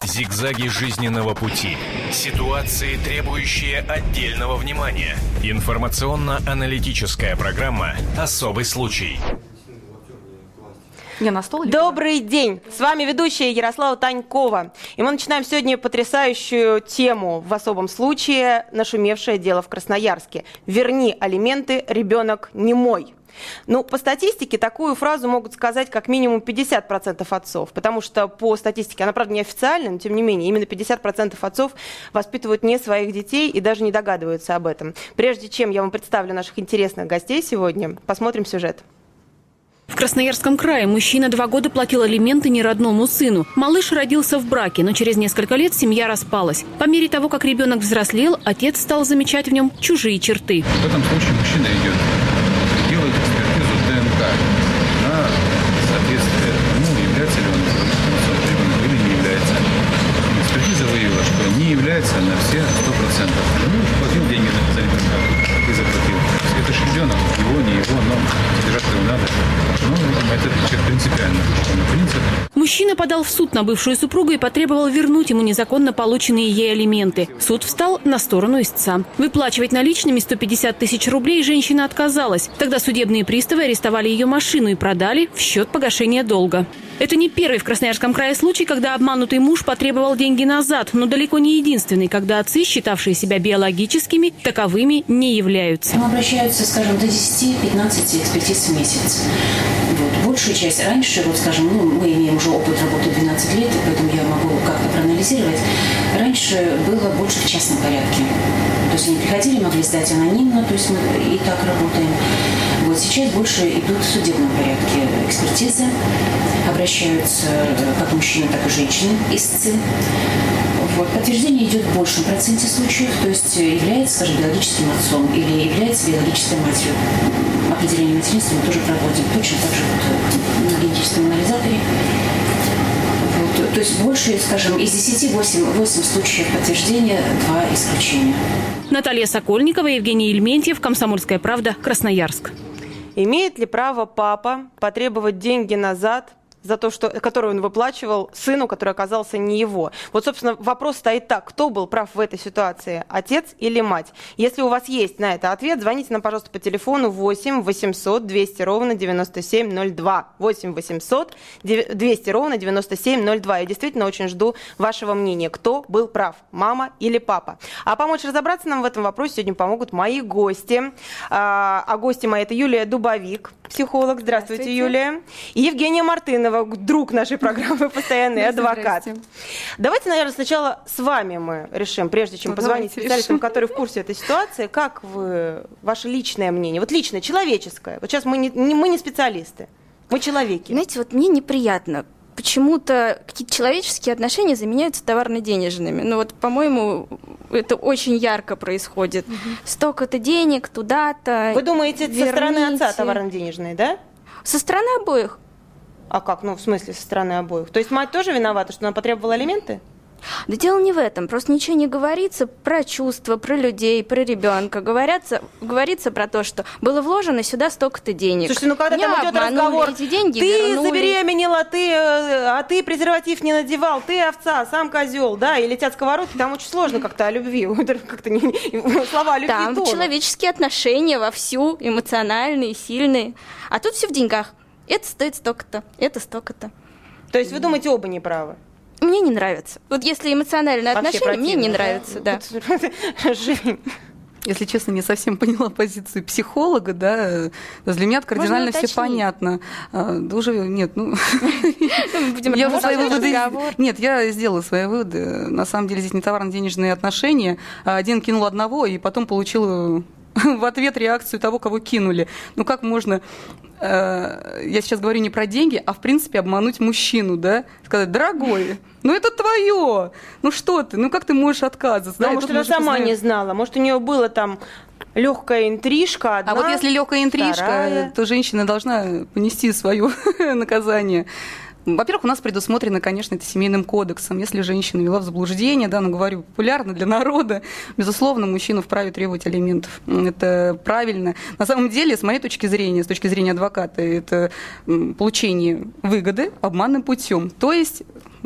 Зигзаги жизненного пути. Ситуации, требующие отдельного внимания. Информационно-аналитическая программа «Особый случай». Добрый день! С вами ведущая Ярослава Танькова. И мы начинаем сегодня потрясающую тему в особом случае «Нашумевшее дело в Красноярске». «Верни алименты, ребенок не мой». Ну, по статистике такую фразу могут сказать как минимум 50% отцов, потому что по статистике, она, правда, не официальная, но тем не менее, именно 50% отцов воспитывают не своих детей и даже не догадываются об этом. Прежде чем я вам представлю наших интересных гостей сегодня, посмотрим сюжет. В Красноярском крае мужчина 2 года платил алименты неродному сыну. Малыш родился в браке, но через несколько лет семья распалась. По мере того, как ребенок взрослел, отец стал замечать в нем чужие черты. В этом случае мужчина идет, делает экспертизу ДНК на соответствие, является ли он ребенком или не является. Экспертиза выявила, что не является на все 100%. Платил деньги за ребенка и заплатил. Это же ребенок, его, не его, но содержать его надо. Это принципиально. Мужчина подал в суд на бывшую супругу и потребовал вернуть ему незаконно полученные ей алименты. Суд встал на сторону истца. Выплачивать наличными 150 тысяч рублей женщина отказалась. Тогда судебные приставы арестовали ее машину и продали в счет погашения долга. Это не первый в Красноярском крае случай, когда обманутый муж потребовал деньги назад, но далеко не единственный, когда отцы, считавшие себя биологическими, таковыми не являются. Обращаются, скажем, до 10-15 экспертиз в месяц. Большую часть раньше, мы имеем уже опыт работы 12 лет, поэтому я могу как-то проанализировать. Раньше было больше в частном порядке. То есть они приходили, могли сдать анонимно, то есть мы и так работаем. Сейчас больше идут в судебном порядке экспертизы. Обращаются как мужчины, так и женщины, истцы. Подтверждение идет в большем проценте случаев, то есть является, скажем, биологическим отцом или является биологической матерью. Определение материнства мы тоже проводим, точно так же на генетическом анализаторе. То есть больше, скажем, из 10 8 случаев подтверждения, 2 исключения. Наталья Сокольникова, Евгений Ильментьев, «Комсомольская правда», Красноярск. Имеет ли право папа потребовать деньги назад за то, который он выплачивал сыну, который оказался не его? Вот, собственно, вопрос стоит так. Кто был прав в этой ситуации, отец или мать? Если у вас есть на это ответ, звоните нам, пожалуйста, по телефону 8 800 200 ровно 9702. 8 800 200 ровно 9702. Я действительно очень жду вашего мнения. Кто был прав, мама или папа? А помочь разобраться нам в этом вопросе сегодня помогут мои гости. А гости мои — это Юлия Дубовик, психолог. Здравствуйте, Юлия. И Евгения Мартынова, друг нашей программы, постоянный адвокат. Давайте, наверное, сначала с вами мы решим, прежде чем позвонить специалистам, которые в курсе этой ситуации, как вы, ваше личное мнение, вот личное, человеческое. Вот сейчас мы не специалисты, мы человеки. Знаете, вот мне неприятно. Почему-то какие-то человеческие отношения заменяются товарно-денежными. Ну вот, по-моему, это очень ярко происходит. Столько-то денег туда-то. Вы думаете, это со стороны отца товарно-денежные, да? Со стороны обоих. А как? Ну, в смысле, со стороны обоих? То есть мать тоже виновата, что она потребовала алименты? Да дело не в этом. Просто ничего не говорится про чувства, про людей, про ребенка. Говорится про то, что было вложено сюда столько-то денег. Слушайте, ну когда меня там идет разговор, эти деньги ты вернули. забеременела, ты презерватив не надевал, ты овца, сам козел, да, и летят сковородки, там очень сложно как-то о любви, как-то слова о любви там тонут. Человеческие отношения вовсю, эмоциональные, сильные. А тут все в деньгах. Это стоит столько-то, это столько-то. То есть вы думаете, оба неправы? Мне не нравится. Вот если эмоциональные отношения, мне не нравится, да. Жень. Если честно, не совсем поняла позицию психолога, да. Для меня это кардинально все понятно. Да уже нет, я уже свои выводы. Нет, я сделала свои выводы. На самом деле здесь не товарно-денежные отношения. Один кинул одного и потом получил в ответ реакцию того, кого кинули. Ну как можно, я сейчас говорю не про деньги, а в принципе обмануть мужчину, да? Сказать: дорогой, ну это твое, ну что ты, ну как ты можешь отказываться? Да, может, она сама не знала, может, у нее было там легкая интрижка одна, а вот если легкая интрижка, вторая, то женщина должна понести свое наказание. Во-первых, у нас предусмотрено, конечно, это семейным кодексом. Если женщина вела в заблуждение, да, ну, говорю, популярно для народа, безусловно, мужчина вправе требовать алиментов. Это правильно. На самом деле, с моей точки зрения, с точки зрения адвоката, это получение выгоды обманным путем. То есть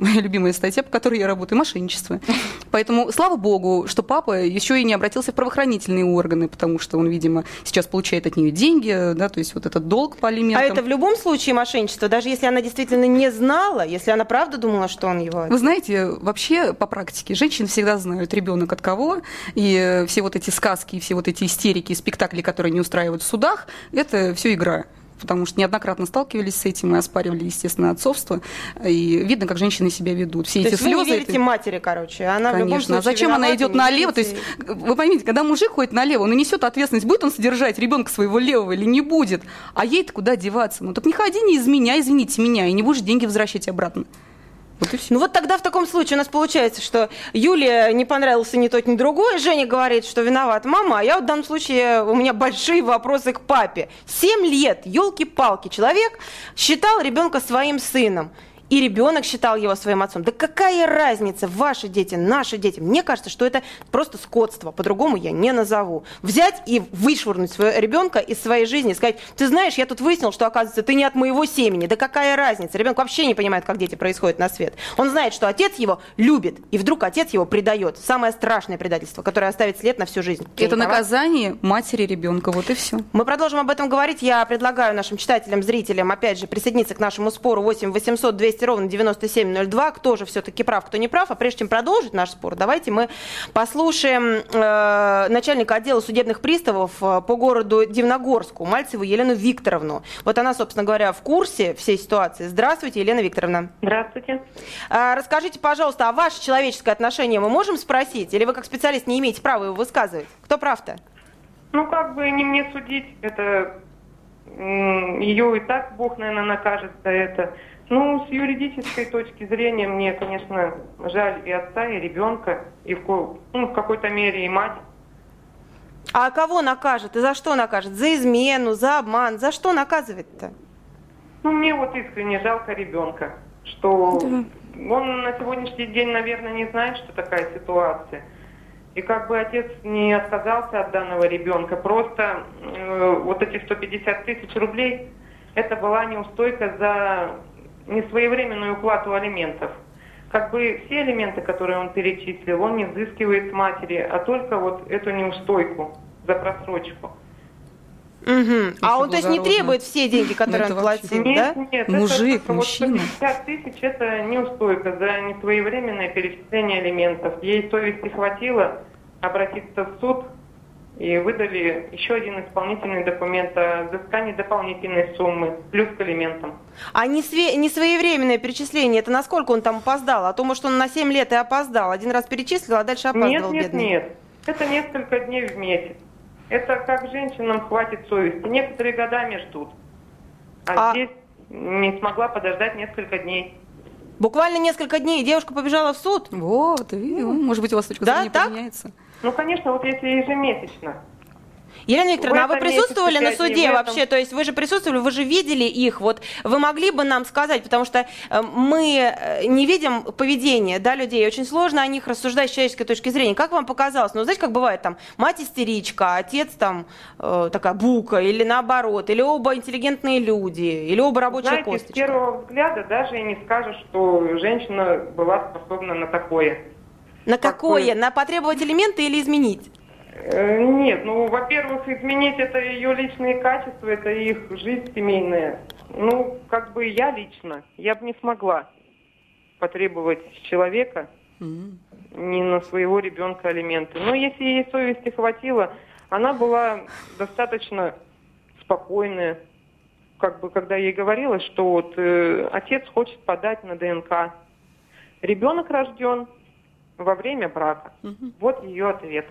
моя любимая статья, по которой я работаю, мошенничество. Поэтому, слава богу, что папа еще и не обратился в правоохранительные органы, потому что он, видимо, сейчас получает от нее деньги, да, то есть вот этот долг по алиментам. А это в любом случае мошенничество, даже если она действительно не знала, если она правда думала, что он его... Вы знаете, вообще по практике женщины всегда знают, ребенок от кого, и все вот эти сказки, все вот эти истерики, спектакли, которые они устраивают в судах, это все игра. Потому что неоднократно сталкивались с этим и оспаривали, естественно, отцовство. И видно, как женщины себя ведут. Все эти слезы. Вы не верите матери, короче. Она конечно. В любом случае а зачем она идет налево? То есть, вы поймите, когда мужик ходит налево, он и несет ответственность, будет он содержать ребенка своего левого или не будет. А ей-то куда деваться? Ну так не ходи, не изменяй, извините меня, и не будешь деньги возвращать обратно. Ну вот тогда в таком случае у нас получается, что Юле не понравился ни тот, ни другой, Женя говорит, что виноват мама, а я вот в данном случае, у меня большие вопросы к папе. 7 лет, елки-палки, человек считал ребенка своим сыном. И ребенок считал его своим отцом. Да какая разница, ваши дети, наши дети? Мне кажется, что это просто скотство, по-другому я не назову. Взять и вышвырнуть своего ребенка из своей жизни, сказать, ты знаешь, я тут выяснил, что, оказывается, ты не от моего семени. Да какая разница? Ребенок вообще не понимает, как дети происходят на свет. Он знает, что отец его любит, и вдруг отец его предает. Самое страшное предательство, которое оставит след на всю жизнь. Это наказание матери ребенка, вот и все. Мы продолжим об этом говорить. Я предлагаю нашим читателям, зрителям, опять же, присоединиться к нашему спору 8 800 200 ровно 9702. Кто же все-таки прав, кто не прав. А прежде чем продолжить наш спор, давайте мы послушаем начальника отдела судебных приставов по городу Дивногорску Мальцеву Елену Викторовну. Вот она, собственно говоря, в курсе всей ситуации. Здравствуйте, Елена Викторовна. Здравствуйте. Расскажите, пожалуйста, а ваше человеческое отношение мы можем спросить? Или вы как специалист не имеете права его высказывать? Кто прав-то? Ну, как бы не мне судить. Это ее и так Бог, наверное, накажет за это. Ну, с юридической точки зрения мне, конечно, жаль и отца, и ребенка, и в какой-то мере и мать. А кого накажет? И за что накажет? За измену, за обман? За что наказывать-то? Ну, мне вот искренне жалко ребенка, что он на сегодняшний день, наверное, не знает, что такая ситуация. И как бы отец не отказался от данного ребенка, просто вот эти 150 тысяч рублей, это была неустойка за несвоевременную уплату алиментов. Как бы все алименты, которые он перечислил, он не взыскивает с матери, а только вот эту неустойку за просрочку. Угу. А он, то есть, не требует все деньги, которые он платил, нет, да? Нет, мужик, это мужчина. Вот 150 тысяч – это неустойка за несвоевременное перечисление алиментов. Ей совести хватило обратиться в суд, и выдали еще один исполнительный документ о взыскании дополнительной суммы, плюс к алиментам. А несвоевременное перечисление, это насколько он там опоздал? А то, может, он на 7 лет и опоздал. Один раз перечислил, а дальше опаздывал, бедный. Нет. Это несколько дней в месяц. Это как женщинам хватит совести. Некоторые годами ждут. А здесь не смогла подождать несколько дней. Буквально несколько дней, и девушка побежала в суд? Вот, может быть, у вас точка зрения поменяется. Ну, конечно, вот если ежемесячно. Елена Викторовна, а вы присутствовали на суде вообще? То есть вы же присутствовали, вы же видели их. Вот вы могли бы нам сказать, потому что мы не видим поведения, да, людей. Очень сложно о них рассуждать с человеческой точки зрения. Как вам показалось? Ну, знаете, как бывает там мать истеричка, отец там такая бука, или наоборот, или оба интеллигентные люди, или оба рабочая косточка. С первого взгляда даже и не скажешь, что женщина была способна на такое. На какое? На потребовать элементы или изменить? Нет, ну, во-первых, изменить это ее личные качества, это их жизнь семейная. Ну, как бы я лично, я бы не смогла потребовать с человека не на своего ребенка алименты. Но если ей совести хватило, она была достаточно спокойная, как бы, когда ей говорилось, что вот отец хочет подать на ДНК. Ребенок рожден во время брака. Вот ее ответ.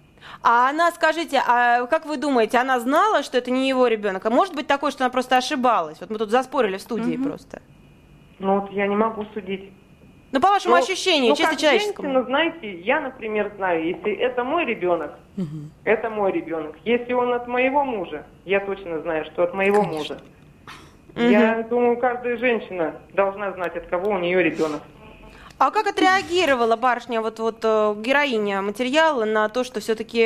А она, скажите, а как вы думаете, она знала, что это не его ребенок? А может быть такое, что она просто ошибалась? Вот мы тут заспорили в студии просто. Ну вот я не могу судить. Ну, по вашему ощущению, чисто человеческому. Ну, знаете, я, например, знаю, если это мой ребенок, это мой ребенок. Если он от моего мужа, я точно знаю, что от моего мужа. Я думаю, каждая женщина должна знать, от кого у нее ребенок. А как отреагировала барышня, вот героиня материала, на то, что все-таки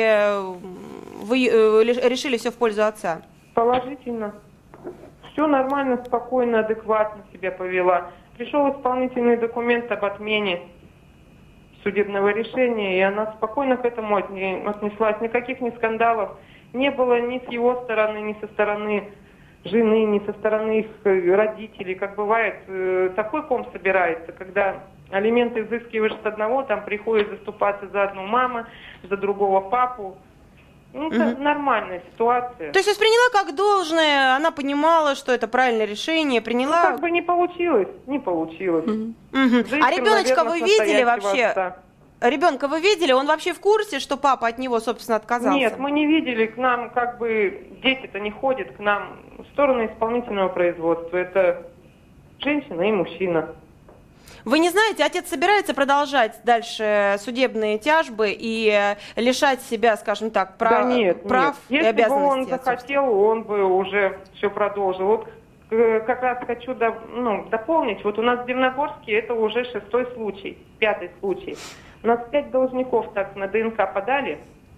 вы решили все в пользу отца? Положительно. Все нормально, спокойно, адекватно себя повела. пришел исполнительный документ об отмене судебного решения, и она спокойно к этому отнеслась. Никаких ни скандалов не было ни с его стороны, ни со стороны жены, ни со стороны их родителей. Как бывает, такой ком собирается, когда алименты взыскиваешь с одного, там приходит заступаться за одну мама, за другого папу. Ну, это нормальная ситуация. То есть восприняла как должное, она понимала, что это правильное решение, приняла... Ну, как бы не получилось, не получилось. А ребеночка вы видели вообще? Отца. Ребенка вы видели? Он вообще в курсе, что папа от него, собственно, отказался? Нет, мы не видели. К нам как бы дети-то не ходят к нам в сторону исполнительного производства. Это женщина и мужчина. Вы не знаете, отец собирается продолжать дальше судебные тяжбы и лишать себя, скажем так, прав и обязанностей? Если бы он захотел, он бы уже все продолжил. Вот как раз хочу дополнить. Вот у нас в Дивногорске это уже 6-й случай, 5-й случай. У нас 5 должников так на ДНК подали,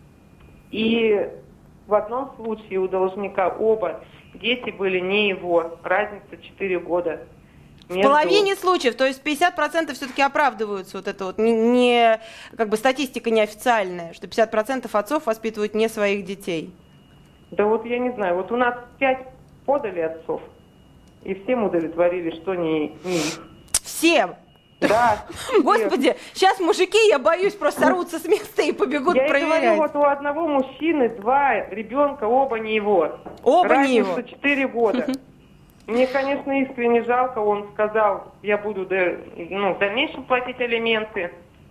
и в одном случае у должника оба дети были не его, разница 4 года. В половине случаев, то есть 50% все-таки оправдываются, вот это вот не как бы статистика неофициальная, что 50% отцов воспитывают не своих детей. Да вот я не знаю, вот у нас 5 подали отцов, и всем удовлетворили, что не их. Всем? Да. Господи, сейчас мужики, я боюсь, просто сорвутся с места и побегут проверять. Я говорю, вот у одного мужчины 2 ребенка, оба не его. Оба не его. Разница 4 года. Мне, конечно, искренне жалко, он сказал, я буду в дальнейшем платить алименты.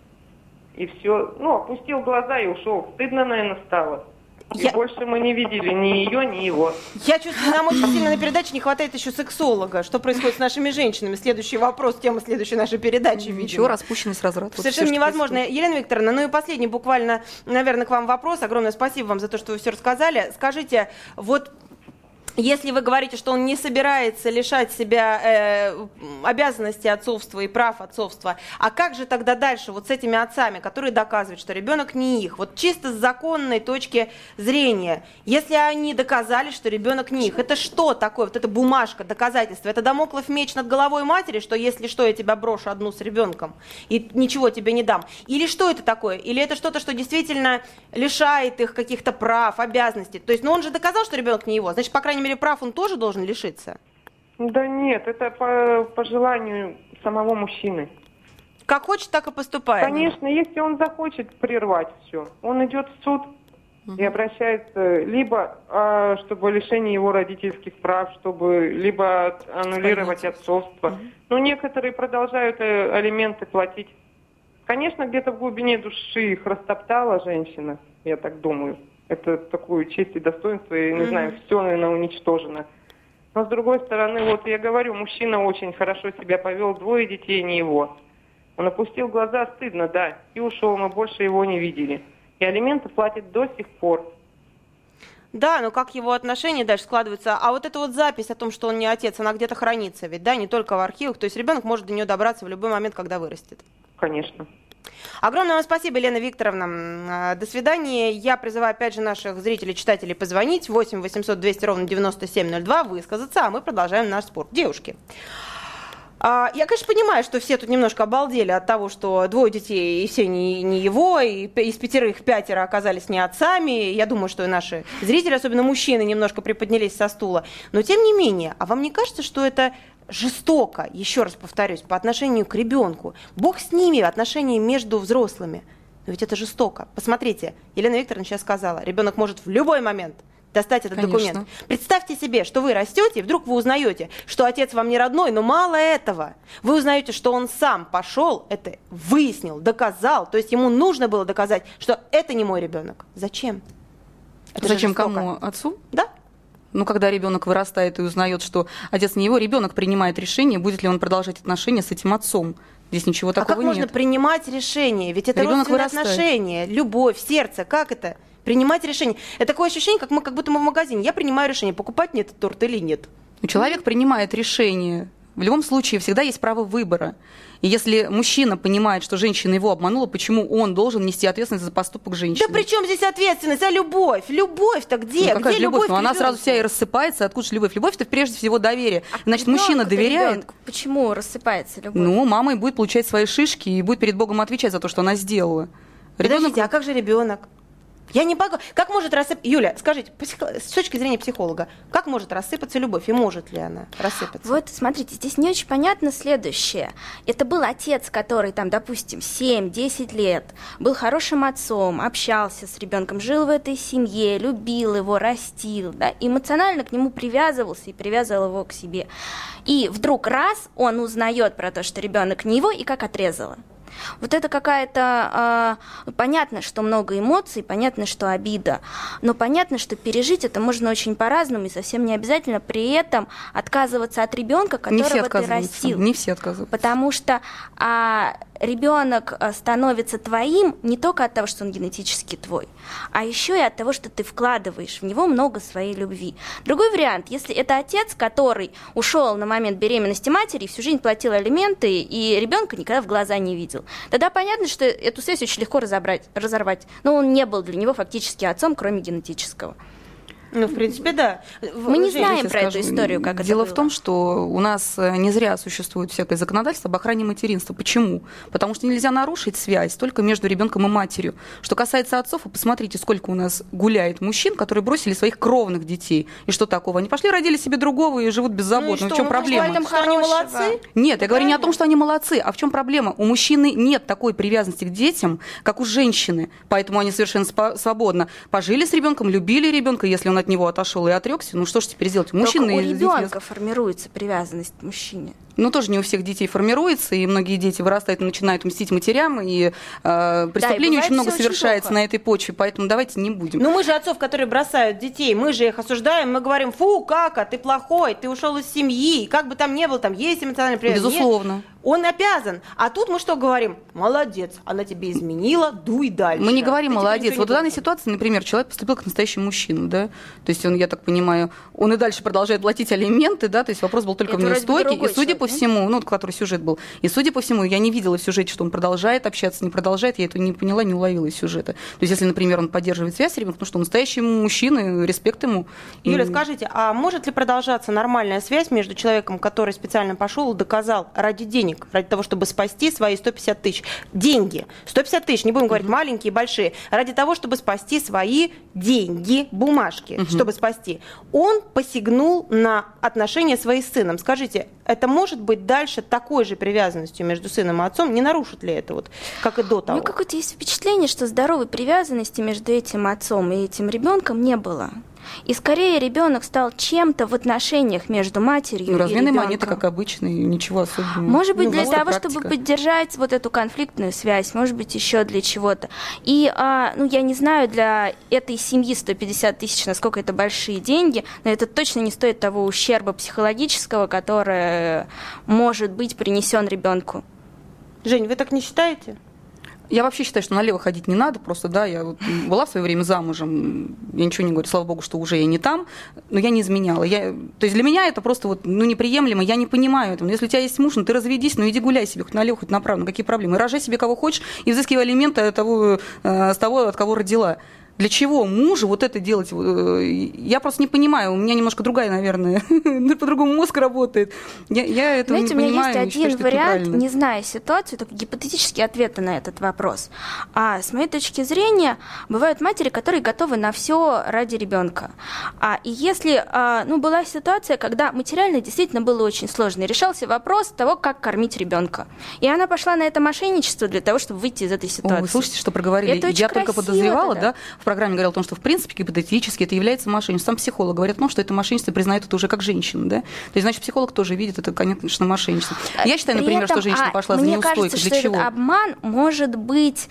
И все, опустил глаза и ушел. Стыдно, наверное, стало. И больше мы не видели ни ее, ни его. Я чувствую, нам очень сильно на передаче не хватает еще сексолога. Что происходит с нашими женщинами? Следующий вопрос, тема следующей нашей передачи. Ничего, распущенность, разврат. Совершенно вот невозможно. Елена Викторовна, ну и последний буквально, наверное, к вам вопрос. Огромное спасибо вам за то, что вы все рассказали. Скажите, вот... Если вы говорите, что он не собирается лишать себя обязанностей отцовства и прав отцовства, а как же тогда дальше вот с этими отцами, которые доказывают, что ребенок не их? Вот чисто с законной точки зрения, если они доказали, что ребенок не их, это что такое? Вот эта бумажка, доказательство, это дамоклов меч над головой матери, что если что, я тебя брошу одну с ребенком и ничего тебе не дам? Или что это такое? Или это что-то, что действительно лишает их каких-то прав, обязанностей? То есть, он же доказал, что ребенок не его, значит, по крайней мере, прав он тоже должен лишиться? Да нет, это по желанию самого мужчины. Как хочет, так и поступает. Конечно, если он захочет прервать все, он идет в суд и обращается либо, чтобы лишение его родительских прав, чтобы либо аннулировать отцовство. Но некоторые продолжают алименты платить. Конечно, где-то в глубине души их растоптала женщина, я так думаю. Это такую честь и достоинство, и, не знаю, все, наверное, уничтожено. Но, с другой стороны, вот я говорю, мужчина очень хорошо себя повел, 2 детей не его. Он опустил глаза, стыдно, да, и ушел, мы больше его не видели. И алименты платят до сих пор. Да, но как его отношения дальше складываются? А вот эта вот запись о том, что он не отец, она где-то хранится ведь, да, не только в архивах. То есть ребенок может до нее добраться в любой момент, когда вырастет. Конечно. Огромное вам спасибо, Елена Викторовна. До свидания. Я призываю опять же наших зрителей, читателей позвонить 8 800 200 ровно 9702, высказаться, а мы продолжаем наш спор. Девушки, я, конечно, понимаю, что все тут немножко обалдели от того, что 2 детей, и все не его, и из 5 5 оказались не отцами. Я думаю, что и наши зрители, особенно мужчины, немножко приподнялись со стула. Но тем не менее, а вам не кажется, что это жестоко, еще раз повторюсь, по отношению к ребенку? Бог с ними, отношения между взрослыми. Но ведь это жестоко. Посмотрите, Елена Викторовна сейчас сказала, ребенок может в любой момент достать этот документ. Представьте себе, что вы растете, и вдруг вы узнаете, что отец вам не родной, но мало этого. Вы узнаете, что он сам пошел, это выяснил, доказал. То есть ему нужно было доказать, что это не мой ребенок. Зачем? Это зачем кому? Отцу? Да. Ну, когда ребенок вырастает и узнает, что отец не его, ребенок принимает решение, будет ли он продолжать отношения с этим отцом. Здесь ничего такого нет. А как можно принимать решение? Ведь это родственные отношения, любовь, сердце. Как это? Принимать решение. Это такое ощущение, как будто мы в магазине. Я принимаю решение, покупать мне этот торт или нет. Человек принимает решение. В любом случае всегда есть право выбора. И если мужчина понимает, что женщина его обманула, почему он должен нести ответственность за поступок женщины? Да при чем здесь ответственность за любовь? Любовь-то где? Ну, какая где любовь? Ну, она ребенку? сразу вся и рассыпается. Откуда же любовь? Любовь – это прежде всего доверие. Значит, мужчина доверяет. Ребенку. Почему рассыпается любовь? Ну, мама и будет получать свои шишки и будет перед Богом отвечать за то, что она сделала. Подождите, а как же ребенок? Я не могу. Как может рассыпаться... Юля, скажите, с точки зрения психолога, как может рассыпаться любовь? И может ли она рассыпаться? Вот, смотрите, здесь не очень понятно следующее. Это был отец, который, там, допустим, 7-10 лет, был хорошим отцом, общался с ребенком, жил в этой семье, любил его, растил, да, эмоционально к нему привязывался и привязывал его к себе. И вдруг раз он узнает про то, что ребенок не его, и как отрезало. Вот это какая-то... понятно, что много эмоций, понятно, что обида, но понятно, что пережить это можно очень по-разному, и совсем не обязательно при этом отказываться от ребенка, которого ты растил. Не все отказываются. Потому что ребенок становится твоим не только от того, что он генетически твой, а еще и от того, что ты вкладываешь в него много своей любви. Другой вариант, если это отец, который ушел на момент беременности матери, всю жизнь платил алименты и ребенка никогда в глаза не видел, тогда понятно, что эту связь очень легко разорвать. Но он не был для него фактически отцом, кроме генетического. Ну, в принципе, да. Мы не знаем про эту историю, как это было. Дело в том, что у нас не зря существует всякое законодательство об охране материнства. Почему? Потому что нельзя нарушить связь только между ребенком и матерью. Что касается отцов, вы посмотрите, сколько у нас гуляет мужчин, которые бросили своих кровных детей. И что такого? Они пошли, родили себе другого и живут беззаботно. Ну, в чем проблема? Что они молодцы? Нет, я говорю не о том, что они молодцы, а в чем проблема? У мужчины нет такой привязанности к детям, как у женщины, поэтому они совершенно свободно пожили с ребенком, любили ребенка, если он от него отошел и отрекся, ну что ж теперь сделать? Только у ребенка формируется привязанность к мужчине. Ну, тоже не у всех детей формируется, и многие дети вырастают и начинают мстить матерям, и преступлений очень много совершается на этой почве, поэтому давайте не будем. Ну, мы же отцов, которые бросают детей, мы же их осуждаем, мы говорим: фу, кака, ты плохой, ты ушел из семьи, как бы там ни было, там есть эмоциональная привязанность. Безусловно. Нет, он обязан. А тут мы что говорим? Молодец, она тебе изменила, дуй дальше. Мы не говорим молодец. Вот в данной ситуации, например, человек поступил как настоящий мужчина, да, то есть он, я так понимаю, он и дальше продолжает платить алименты, да, то есть вопрос был только в неустойке, и судя по всему, ну, который сюжет был, и судя по всему, я не видела в сюжете, что он продолжает общаться, не продолжает, я этого не поняла, не уловила из сюжета. То есть если, например, он поддерживает связь с ребенком, ну что, настоящий мужчина, респект ему. Юля, скажите, а может ли продолжаться нормальная связь между человеком, который специально пошел и доказал ради денег, ради того, чтобы спасти свои 150 тысяч? Деньги. 150 тысяч, не будем говорить маленькие, большие. Ради того, чтобы спасти свои деньги, бумажки, чтобы спасти. Он посягнул на отношения свои с сыном. Скажите, это может быть дальше такой же привязанностью между сыном и отцом? Не нарушит ли это, вот, как и до того? У меня какое-то есть впечатление, что здоровой привязанности между этим отцом и этим ребенком не было. И скорее ребенок стал чем-то в отношениях между матерью и ребенком. Разменные монеты, как обычно, и ничего особенного. Может быть, для того, чтобы поддержать вот эту конфликтную связь, может быть, еще для чего-то. И, ну, я не знаю, для этой семьи 150 тысяч, насколько это большие деньги, но это точно не стоит того ущерба психологического, который может быть принесен ребенку. Жень, вы так не считаете? Я вообще считаю, что налево ходить не надо, просто, да, я вот была в свое время замужем, я ничего не говорю, слава богу, что уже я не там, но я не изменяла. То есть для меня это просто вот, ну, неприемлемо, я не понимаю этого. Если у тебя есть муж, ну, ты разведись, ну, иди гуляй себе, хоть налево, хоть направо, ну, какие проблемы? И рожай себе кого хочешь, и взыскивай алименты с того, от кого родила. Для чего мужу вот это делать? Я просто не понимаю. У меня немножко другая, наверное, по-другому мозг работает. Я этого не понимаю. У меня есть один вариант, не зная ситуацию, только гипотетические ответы на этот вопрос. А с моей точки зрения, бывают матери, которые готовы на все ради ребенка. И если была ситуация, когда материально действительно было очень сложно, и решался вопрос того, как кормить ребенка. И она пошла на это мошенничество для того, чтобы выйти из этой ситуации. Вы слышите, что проговорили? Я только подозревала, да? В программе говорил о том, что в принципе гипотетически это является мошенничеством. Сам психолог говорит о том, что это мошенничество признает это уже как женщина, да? То есть, значит, психолог тоже видит это, конечно, мошенничество. Я считаю, например, что женщина пошла за неустойкой. Мне кажется, для чего? Этот обман может быть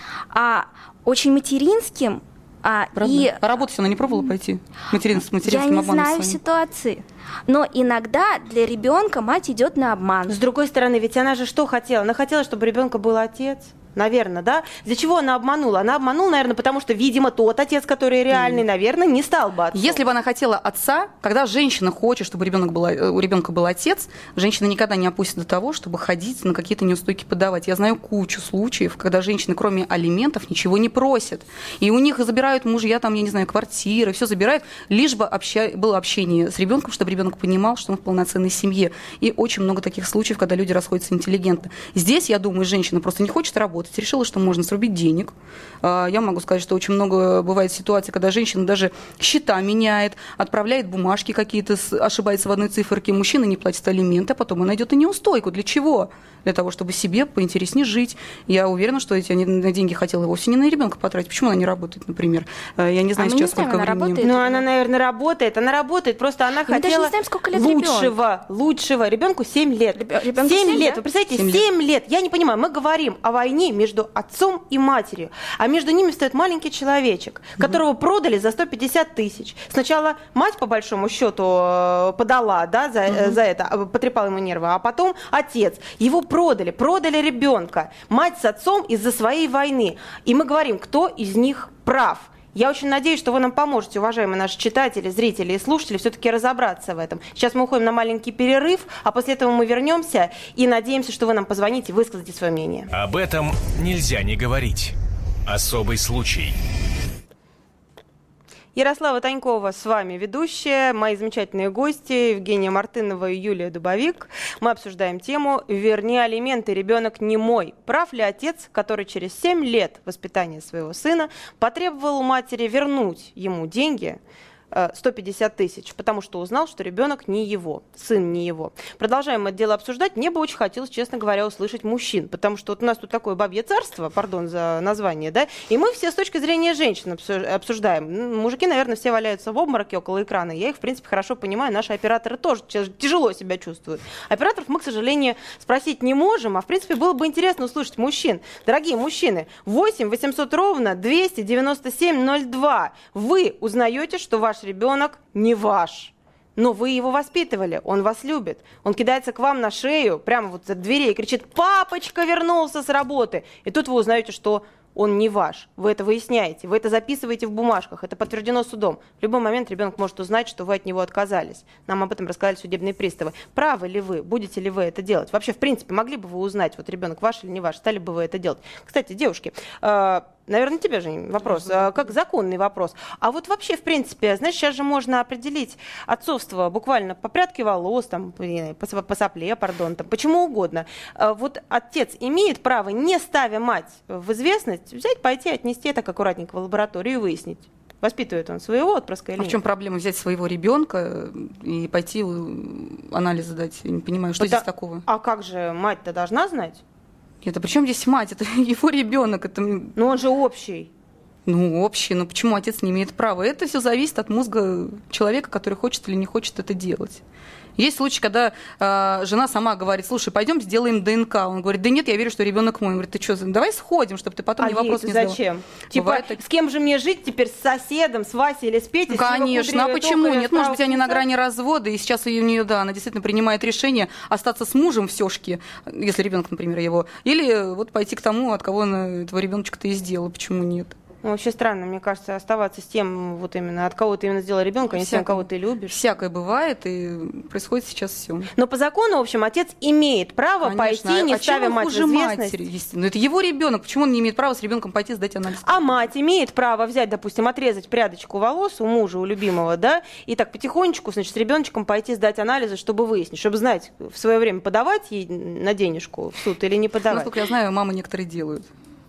очень материнским. Поработать она не пробовала пойти материнским обманом? Я не знаю ситуации. Но иногда для ребенка мать идет на обман. С другой стороны, ведь она же что хотела? Она хотела, чтобы у ребенка был отец. наверное, да? Для чего она обманула? Она обманула, наверное, потому что, видимо, тот отец, который реальный, наверное, не стал бы отцом. Если бы она хотела отца, когда женщина хочет, чтобы у ребенка был отец, женщина никогда не опустит до того, чтобы ходить на какие-то неустойки подавать. Я знаю кучу случаев, когда женщины, кроме алиментов, ничего не просят. И у них забирают мужья, там, я не знаю, квартиры, все забирают, лишь бы было общение с ребенком, чтобы ребенок понимал, что он в полноценной семье. И очень много таких случаев, когда люди расходятся интеллигентно. Здесь, я думаю, женщина просто не хочет работать, решила, что можно срубить денег. Я могу сказать, что очень много бывает ситуаций, когда женщина даже счета меняет, отправляет бумажки какие-то, ошибается в одной циферке, мужчина не платит алименты, а потом она идет на неустойку. Для чего? Для того, чтобы себе поинтереснее жить. Я уверена, что эти деньги хотела вовсе не на ребенка потратить. Почему она не работает, например? Я не знаю сейчас, сколько времени. Ну, она, наверное, работает. Она работает, просто она хотела даже не знаем, сколько лет лучшего. Ребенку 7 лет. 7 лет. Вы представляете, 7 лет. Я не понимаю, мы говорим о войне между отцом и матерью, а между ними стоит маленький человечек, которого продали за 150 тысяч. Сначала мать, по большому счету, подала, да, за это, потрепала ему нервы, а потом отец. Его продали ребенка, мать с отцом из-за своей войны. И мы говорим, кто из них прав. Я очень надеюсь, что вы нам поможете, уважаемые наши читатели, зрители и слушатели, все-таки разобраться в этом. Сейчас мы уходим на маленький перерыв, а после этого мы вернемся и надеемся, что вы нам позвоните и высказите свое мнение. Об этом нельзя не говорить. Особый случай. Ярослава Танькова с вами ведущая, мои замечательные гости Евгения Мартынова и Юлия Дубовик. Мы обсуждаем тему «Верни алименты, ребенок не мой». Прав ли отец, который через 7 лет воспитания своего сына потребовал у матери вернуть ему деньги, 150 тысяч, потому что узнал, что ребенок не его, сын не его. Продолжаем это дело обсуждать. Мне бы очень хотелось, честно говоря, услышать мужчин, потому что вот у нас тут такое бабье царство, пардон за название, да, и мы все с точки зрения женщин обсуждаем. Мужики, наверное, все валяются в обмороке около экрана. Я их, в принципе, хорошо понимаю. Наши операторы тоже тяжело себя чувствуют. Операторов мы, к сожалению, спросить не можем, а, в принципе, было бы интересно услышать мужчин. Дорогие мужчины, 8 800 ровно 297 02. Вы узнаете, что ваш ребенок не ваш, но вы его воспитывали, он вас любит, он кидается к вам на шею, прямо вот за дверей и кричит: «Папочка вернулся с работы!» И тут вы узнаете, что он не ваш. Вы это выясняете, вы это записываете в бумажках, это подтверждено судом. В любой момент ребенок может узнать, что вы от него отказались. Нам об этом рассказали судебные приставы. Правы ли вы, будете ли вы это делать? Вообще, в принципе, могли бы вы узнать, вот ребенок ваш или не ваш, стали бы вы это делать? Кстати, девушки, наверное, тебе же вопрос, как законный вопрос. А вот вообще, в принципе, знаешь, сейчас же можно определить отцовство буквально по прядке волос, там, по сопле, пардон, там, почему угодно. Вот отец имеет право, не ставя мать в известность, взять, пойти, отнести это аккуратненько в лабораторию и выяснить, воспитывает он своего отпрыска или нет. А в чем проблема взять своего ребенка и пойти анализы дать? Я не понимаю, что здесь такого? А как же, мать-то должна знать? Это при чем здесь мать? Это его ребенок. Это... Ну он же общий. Ну, общий. Но почему отец не имеет права? Это все зависит от мозга человека, который хочет или не хочет это делать. Есть случаи, когда жена сама говорит: слушай, пойдем сделаем ДНК. Он говорит: да нет, я верю, что ребенок мой. Он говорит: ты что, давай сходим, чтобы ты потом мне вопрос не задал. Зачем? Типа, с кем же мне жить теперь, с соседом, с Васей или с Петей? Конечно, а почему нет? Может быть, они на грани развода, и сейчас у нее, да, она действительно принимает решение остаться с мужем все-таки, если ребенок, например, его, или вот пойти к тому, от кого она этого ребеночка-то и сделала. Почему нет? Ну, вообще странно, мне кажется, оставаться с тем, вот именно, от кого ты именно сделала ребенка, а не с тем, кого ты любишь. Всякое бывает, и происходит сейчас все. Но по закону, в общем, отец имеет право, конечно, пойти, не ставя мать в известность. Матери, но это его ребенок. Почему он не имеет права с ребенком пойти сдать анализ? А мать имеет право взять, допустим, отрезать прядочку волос у мужа, у любимого, да, и так потихонечку, значит, с ребеночком пойти сдать анализы, чтобы выяснить, чтобы знать, в свое время подавать ей на денежку в суд или не подавать. Насколько я знаю, мамы некоторые делают.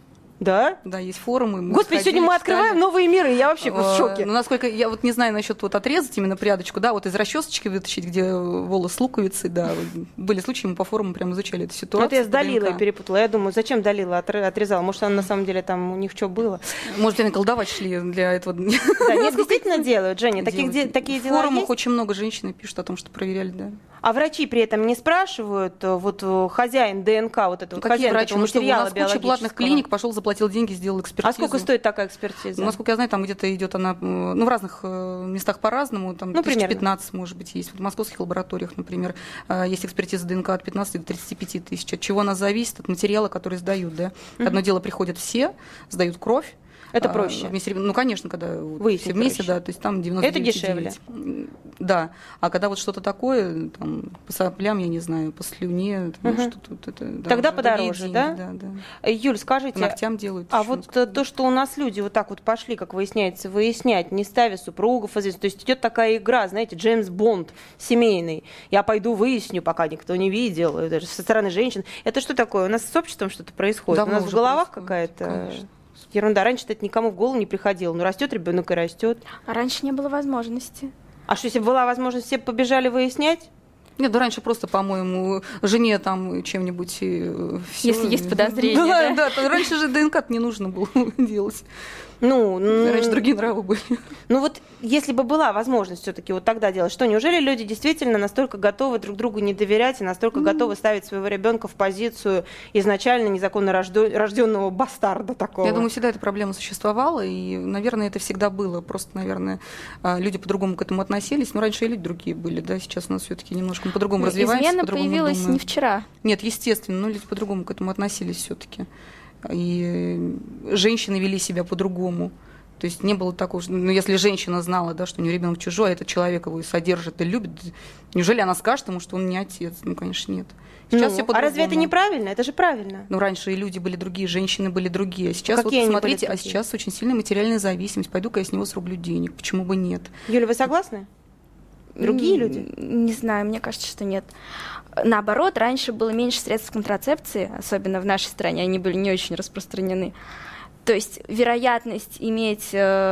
Да? Да, есть форумы. Господи, сегодня мы открываем новые миры, я вообще в шоке. Ну, насколько, я вот не знаю насчет вот отрезать именно прядочку, да, вот из расчесочки вытащить, где волос луковицы, да, были случаи, мы по форуму прям изучали эту ситуацию. Вот я с Далилой перепутала, я думаю, зачем Далила отрезала, может, она на самом деле там у них что было? Может, они колдовать шли для этого. Да, нет, действительно делают, Женя, такие дела есть? В форумах очень много женщин пишут о том, что проверяли, да. А врачи при этом не спрашивают, вот хозяин ДНК, вот этого хозяин этого материала биологического? У нас куча платных клиник, пошел, заплатил деньги, сделал экспертизу. А сколько стоит такая экспертиза? Ну, насколько я знаю, там где-то идет она, в разных местах по-разному, там 1015, может быть, есть. Вот в московских лабораториях, например, есть экспертиза ДНК от 15 до 35 тысяч. От чего она зависит? От материала, который сдают, да. Одно дело, приходят все, сдают кровь. Это проще? Ну, конечно, когда все вместе, проще. Да, то есть там 99,9. Это дешевле? Да. А когда вот что-то такое, там, по соплям, я не знаю, по слюне, что-то... Это, да, тогда подороже, да? Да. Юль, скажите, по ногтям делают. А вот то, что у нас люди вот так вот пошли, как выясняется, выяснять, не ставя супругов, то есть идет такая игра, знаете, Джеймс Бонд семейный. Я пойду выясню, пока никто не видел, даже со стороны женщин. Это что такое? У нас с обществом что-то происходит? Давно у нас в головах какая-то... Конечно. Ерунда. Раньше-то это никому в голову не приходило. Ну, растет ребенок и растет. А раньше не было возможности. А что, если была возможность, все побежали выяснять? Нет, да раньше просто, по-моему, жене там чем-нибудь... Если есть подозрения, да? Да, раньше же ДНК не нужно было делать. Ну, раньше другие нравы были. Ну вот, если бы была возможность все-таки вот тогда делать, что неужели люди действительно настолько готовы друг другу не доверять и настолько готовы ставить своего ребенка в позицию изначально незаконно рожденного бастарда такого? Я думаю, всегда эта проблема существовала, и, наверное, это всегда было. Просто, наверное, люди по-другому к этому относились. Но раньше и люди другие были, да, сейчас у нас все-таки немножко по-другому развиваемся. Измена появилась не вчера. Нет, естественно, но люди по-другому к этому относились все-таки. И женщины вели себя по-другому. То есть не было такого, ну, если женщина знала, да, что у нее ребенок чужой, а этот человек его и содержит, и любит, неужели она скажет ему, что он не отец? Ну, конечно, нет. Сейчас все по-другому. А разве это неправильно? Это же правильно. Ну, раньше и люди были другие, женщины были другие. А сейчас, вот смотрите, а сейчас очень сильная материальная зависимость. Пойду-ка я с него срублю денег. Почему бы нет? Юля, вы согласны? Другие люди? Не знаю, мне кажется, что нет. Наоборот, раньше было меньше средств контрацепции, особенно в нашей стране, они были не очень распространены. То есть вероятность иметь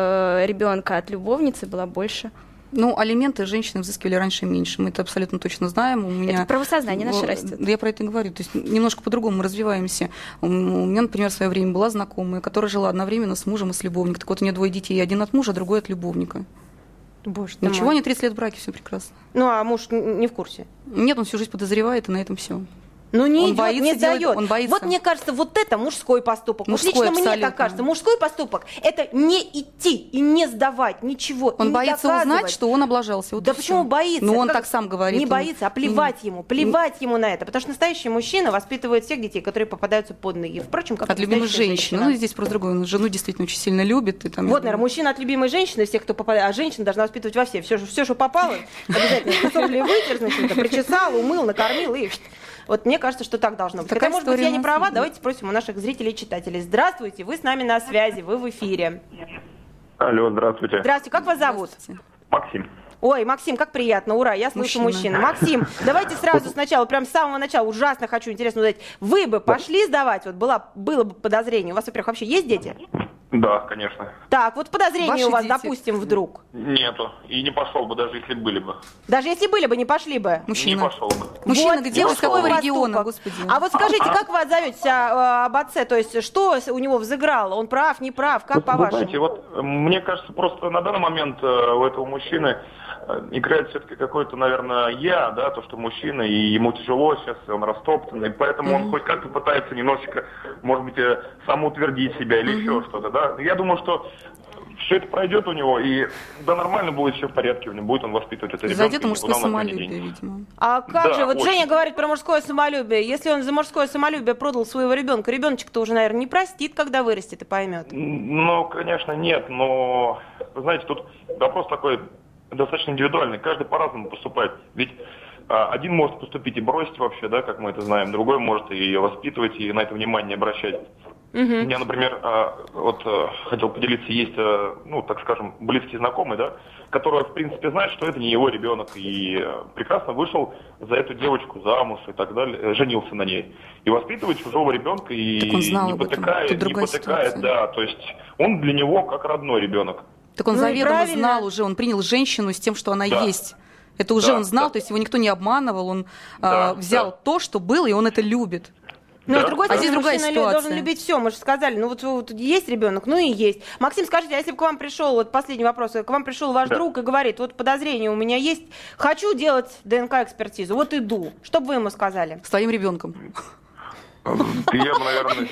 ребенка от любовницы была больше. Ну, алименты женщины взыскивали раньше меньше. Мы это абсолютно точно знаем. У меня... Это правосознание наше растет. Я про это и говорю. То есть немножко по-другому мы развиваемся. У меня, например, в свое время была знакомая, которая жила одновременно с мужем и с любовником. Так вот, у нее 2 детей. Один от мужа, другой от любовника. Боже, ничего, не 30 лет в браке, все прекрасно. Ну, а муж не в курсе? Нет, он всю жизнь подозревает, и на этом все. Ну, не идет, не дает. Он боится. Вот мне кажется, вот это мужской поступок. Мужской, вот лично абсолютно. Мне так кажется. Мужской поступок – это не идти и не сдавать ничего. Он боится узнать, что он облажался. Вот да почему боится? Ну, он так сам говорит. Не боится, а плевать ему. Плевать ему на это. Потому что настоящий мужчина воспитывает всех детей, которые попадаются под ноги. Впрочем, как от любимой женщины. Ну, здесь просто другое. Он жену действительно очень сильно любит. И там, вот, наверное, мужчина от любимой женщины, всех, кто попадает. А женщина должна воспитывать во все. Все, что попало, обязательно сопли вытер, значит, причесал, умыл, накормил и... Вот мне кажется, что так должно быть. Хотя, может быть, я не права. Давайте спросим у наших зрителей и читателей. Здравствуйте, вы с нами на связи, вы в эфире. Алло, здравствуйте. Здравствуйте, как вас зовут? Максим. Ой, Максим, как приятно, ура, я слышу мужчину. Максим, давайте сразу сначала, прям с самого начала, ужасно хочу интересно узнать. Вы бы пошли сдавать, вот было бы подозрение, у вас, во-первых, вообще есть дети? Да, конечно. Так, вот подозрение Ваши у вас, дети? допустим, вдруг. Нету. И не пошел бы, даже если были бы. Даже если были бы, не пошли бы? Не пошел бы. Мужчина, вот, где вы, с какого региона, господи? А вот скажите, как вы отзоветесь об отце? То есть, что у него взыграло? Он прав, не прав? Как по-вашему? Знаете, вот мне кажется, просто на данный момент у этого мужчины играет все-таки какое-то, наверное, я, да, то, что мужчина, и ему тяжело сейчас, он растоптан, и поэтому он хоть как-то пытается немножечко, может быть, самоутвердить себя или еще что-то, да. Я думаю, что все это пройдет у него, и да, нормально будет, все в порядке, у него будет он воспитывать это ребенка. Зайдет мужское самолюбие, видимо. А как да, же, вот очень. Женя говорит про мужское самолюбие. Если он за мужское самолюбие продал своего ребенка, ребеночек-то уже, наверное, не простит, когда вырастет и поймет. Ну, конечно, нет, но, знаете, тут вопрос такой достаточно индивидуальный, каждый по-разному поступает. Ведь один может поступить и бросить вообще, да, как мы это знаем, другой может и воспитывать, и на это внимание не обращать. У меня, например, хотел поделиться, есть, ну, так скажем, близкий знакомый, да, который, в принципе, знает, что это не его ребенок, и прекрасно вышел за эту девочку замуж и так далее, женился на ней. И воспитывает чужого ребенка, и не потыкает, да, то есть он для него как родной ребенок. Так он заведомо знал уже, он принял женщину с тем, что она есть. Это уже он знал, то есть его никто не обманывал, он взял то, что было, и он это любит. Ну, Да. с другой стороны, здесь другая мужчина ситуация. должен любить все. Мы же сказали, ну вот есть ребенок, ну и есть. Максим, скажите, а если бы к вам пришел, вот последний вопрос, к вам пришел ваш друг и говорит, вот подозрение у меня есть, хочу делать ДНК-экспертизу, вот иду. Что бы вы ему сказали? С твоим ребенком. Я бы, наверное...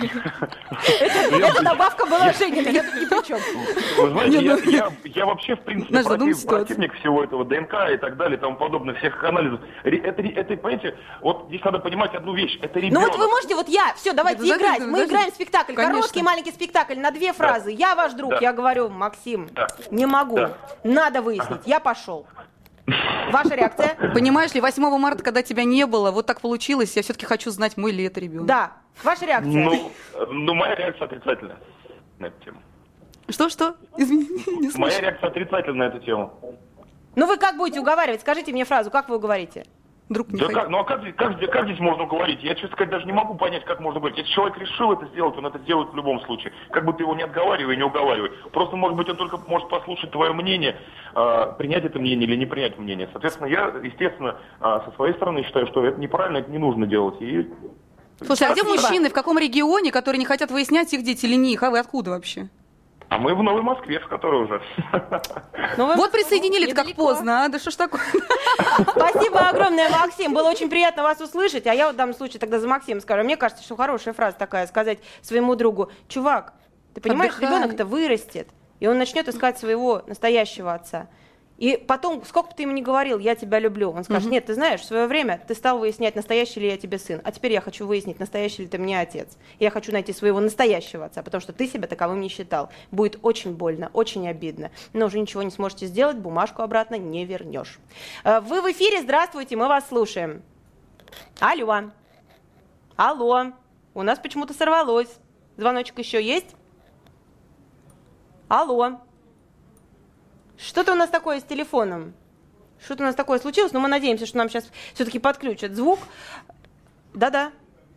Эта добавка была Женина, я тут ни при чем. Вы знаете, я вообще, в принципе, ситуация. противник всего этого ДНК и так далее, и тому подобное, всех анализов. Это, понимаете, вот здесь надо понимать одну вещь. Это ребенок. Ну вот вы можете, все, давайте играть. Мы играем в спектакль, короткий маленький спектакль на 2 фразы. Я ваш друг, я говорю, Максим, не могу, надо выяснить, я пошел. Ваша реакция? Понимаешь ли, 8 марта, когда тебя не было, вот так получилось, я все-таки хочу знать, мой ли это ребенок. Да. Ваша реакция? Ну, моя реакция отрицательная на эту тему. Что? Извини, не слышу. Моя реакция отрицательная на эту тему. Ну вы как будете уговаривать? Скажите мне фразу, как вы уговорите? Друг не Да ходил. как здесь можно говорить? Я, честно сказать, даже не могу понять, как можно говорить. Если человек решил это сделать, он это делает в любом случае. Как бы ты его не отговаривай, не уговаривай. Просто, может быть, он только может послушать твое мнение, принять это мнение или не принять мнение. Соответственно, я, естественно, со своей стороны считаю, что это неправильно, это не нужно делать. Слушай, а где мужчины, в каком регионе, которые не хотят выяснять, их дети или не их? А вы откуда вообще? А мы в Новой Москве, в которой уже. Вот присоединили-то как поздно, а? Да что ж такое? Спасибо огромное, Максим. Было очень приятно вас услышать. А я вот в данном случае тогда за Максима скажу. Мне кажется, что хорошая фраза такая, сказать своему другу: чувак, ты понимаешь, ребенок-то вырастет, и он начнет искать своего настоящего отца. И потом, сколько бы ты ему ни говорил, я тебя люблю, он скажет: нет, ты знаешь, в свое время ты стал выяснять, настоящий ли я тебе сын, а теперь я хочу выяснить, настоящий ли ты мне отец. Я хочу найти своего настоящего отца, потому что ты себя таковым не считал. Будет очень больно, очень обидно, но уже ничего не сможете сделать, бумажку обратно не вернешь. Вы в эфире, здравствуйте, мы вас слушаем. Алло. У нас почему-то сорвалось. Звоночек еще есть? Алло. Что-то у нас такое с телефоном. Что-то у нас такое случилось, но мы надеемся, что нам сейчас все-таки подключат звук. Да-да.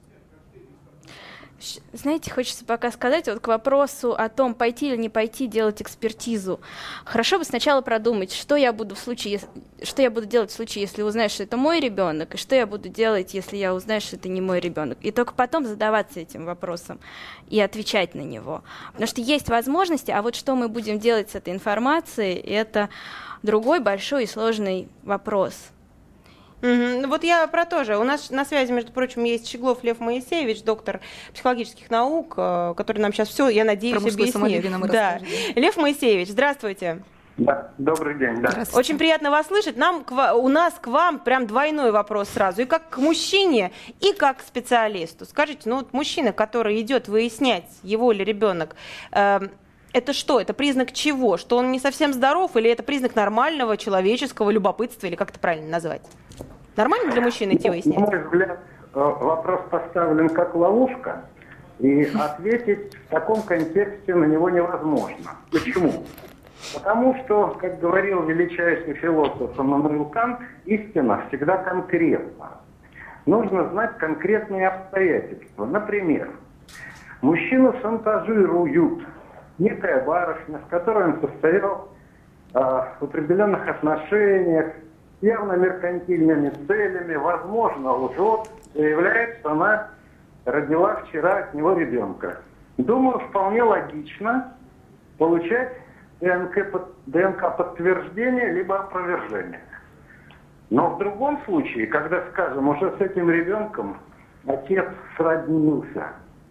Знаете, хочется пока сказать вот к вопросу о том, пойти или не пойти делать экспертизу. Хорошо бы сначала продумать, что я буду делать в случае, если узнаю, что это мой ребенок, и что я буду делать, если я узнаю, что это не мой ребенок. И только потом задаваться этим вопросом и отвечать на него. Потому что есть возможности, а вот что мы будем делать с этой информацией, это другой большой и сложный вопрос. Вот я про то же. У нас на связи, между прочим, есть Щеглов Лев Моисеевич, доктор психологических наук, который нам сейчас все, я надеюсь, объяснит. Да. Лев Моисеевич, здравствуйте. Да, добрый день. Да. Очень приятно вас слышать. У нас к вам прям двойной вопрос сразу. И как к мужчине, и как к специалисту. Скажите, ну вот мужчина, который идет выяснять, его ли ребенок, это что? Это признак чего? Что он не совсем здоров, или это признак нормального человеческого любопытства, или как это правильно назвать? Нормально для мужчин идти выяснять? На мой взгляд, вопрос поставлен как ловушка, и ответить в таком контексте на него невозможно. Почему? Потому что, как говорил величайший философ Иммануил Кант, истина всегда конкретна. Нужно знать конкретные обстоятельства. Например, мужчину шантажируют. Некая барышня, с которой он состоял в определенных отношениях, явно меркантильными целями, возможно, лжет, заявляет, что она родила вчера от него ребенка. Думаю, вполне логично получать ДНК-подтверждение либо опровержение. Но в другом случае, когда, скажем, уже с этим ребенком отец сроднился,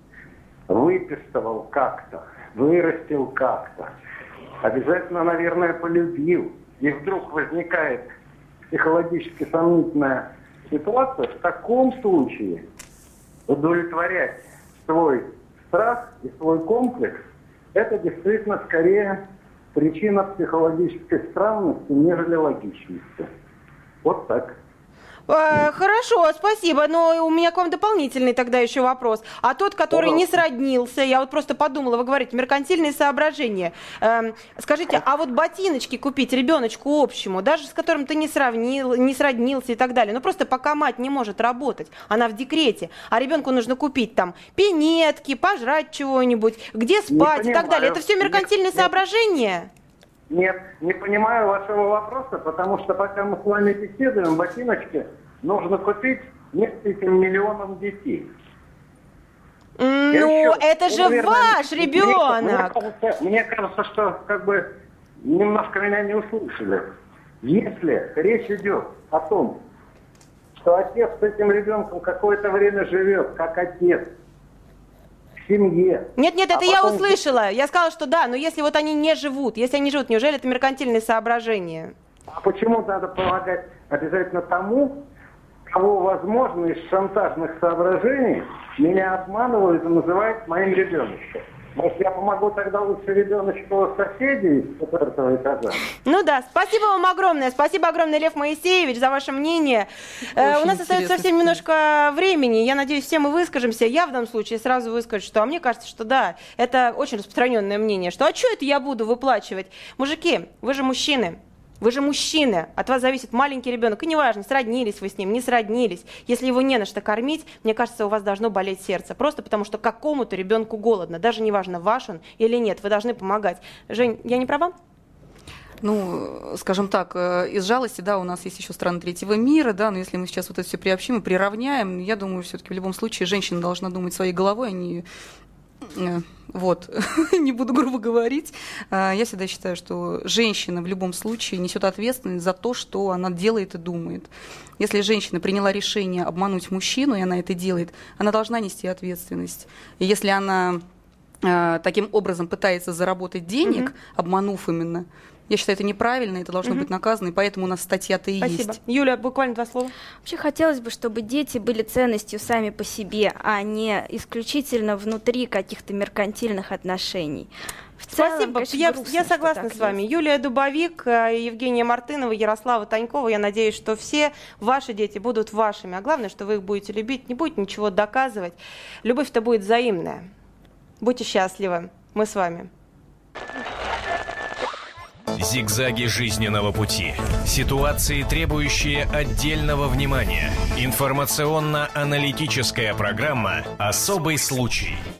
выписывал как-то, вырастил как-то, обязательно, наверное, полюбил, и вдруг возникает психологически сомнительная ситуация, в таком случае удовлетворять свой страх и свой комплекс – это действительно скорее причина психологической странности, нежели логичности. Вот так. Хорошо, спасибо, но у меня к вам дополнительный тогда еще вопрос. А тот, который не сроднился, я вот просто подумала, вы говорите, меркантильные соображения. Скажите, а вот ботиночки купить ребеночку общему, даже с которым ты не сроднился и так далее, ну просто пока мать не может работать, она в декрете, а ребенку нужно купить там пинетки, пожрать чего-нибудь, где спать и так далее. Это все меркантильные соображения? Нет, не понимаю вашего вопроса, потому что пока мы с вами беседуем, ботиночки нужно купить нескольким миллионам детей. Ну, это же ваш ребенок. Мне кажется, что как бы немножко меня не услышали. Если речь идет о том, что отец с этим ребенком какое-то время живет, как отец, в семье. Нет, это я услышала. Я сказала, что да, но если вот они не живут, неужели это меркантильные соображения? А почему надо помогать обязательно тому, кого, возможно, из шантажных соображений меня обманывают и называют моим ребеночком? Может, я помогу тогда лучше ребеночку соседей с 4-го этажа? Ну да, спасибо вам огромное. Спасибо огромное, Лев Моисеевич, за ваше мнение. У нас остается совсем немножко времени. Я надеюсь, все мы выскажемся. Я в данном случае сразу выскажу, что мне кажется, что да, это очень распространенное мнение, что а что это я буду выплачивать? Мужики, вы же мужчины. Вы же мужчины, от вас зависит маленький ребенок. И неважно, сроднились вы с ним, не сроднились. Если его не на что кормить, мне кажется, у вас должно болеть сердце. Просто потому, что какому-то ребенку голодно. Даже неважно, ваш он или нет, вы должны помогать. Жень, я не права? Ну, скажем так, из жалости, да, у нас есть еще страны третьего мира, да, но если мы сейчас вот это все приобщим и приравняем, я думаю, все-таки в любом случае женщина должна думать своей головой, а не... Вот, не буду грубо говорить. Я всегда считаю, что женщина в любом случае несет ответственность за то, что она делает и думает. Если женщина приняла решение обмануть мужчину, и она это делает, она должна нести ответственность. И если она таким образом пытается заработать денег, обманув именно, я считаю, это неправильно, это должно быть наказано, и поэтому у нас статья-то и Спасибо. есть. Юля, буквально 2 слова. Вообще хотелось бы, чтобы дети были ценностью сами по себе, а не исключительно внутри каких-то меркантильных отношений. Спасибо, конечно, я согласна с вами. Юлия Дубовик, Евгения Мартынова, Ярослава Танькова. Я надеюсь, что все ваши дети будут вашими. А главное, что вы их будете любить, не будете ничего доказывать. Любовь-то будет взаимная. Будьте счастливы. Мы с вами. Зигзаги жизненного пути. Ситуации, требующие отдельного внимания. Информационно-аналитическая программа «Особый случай».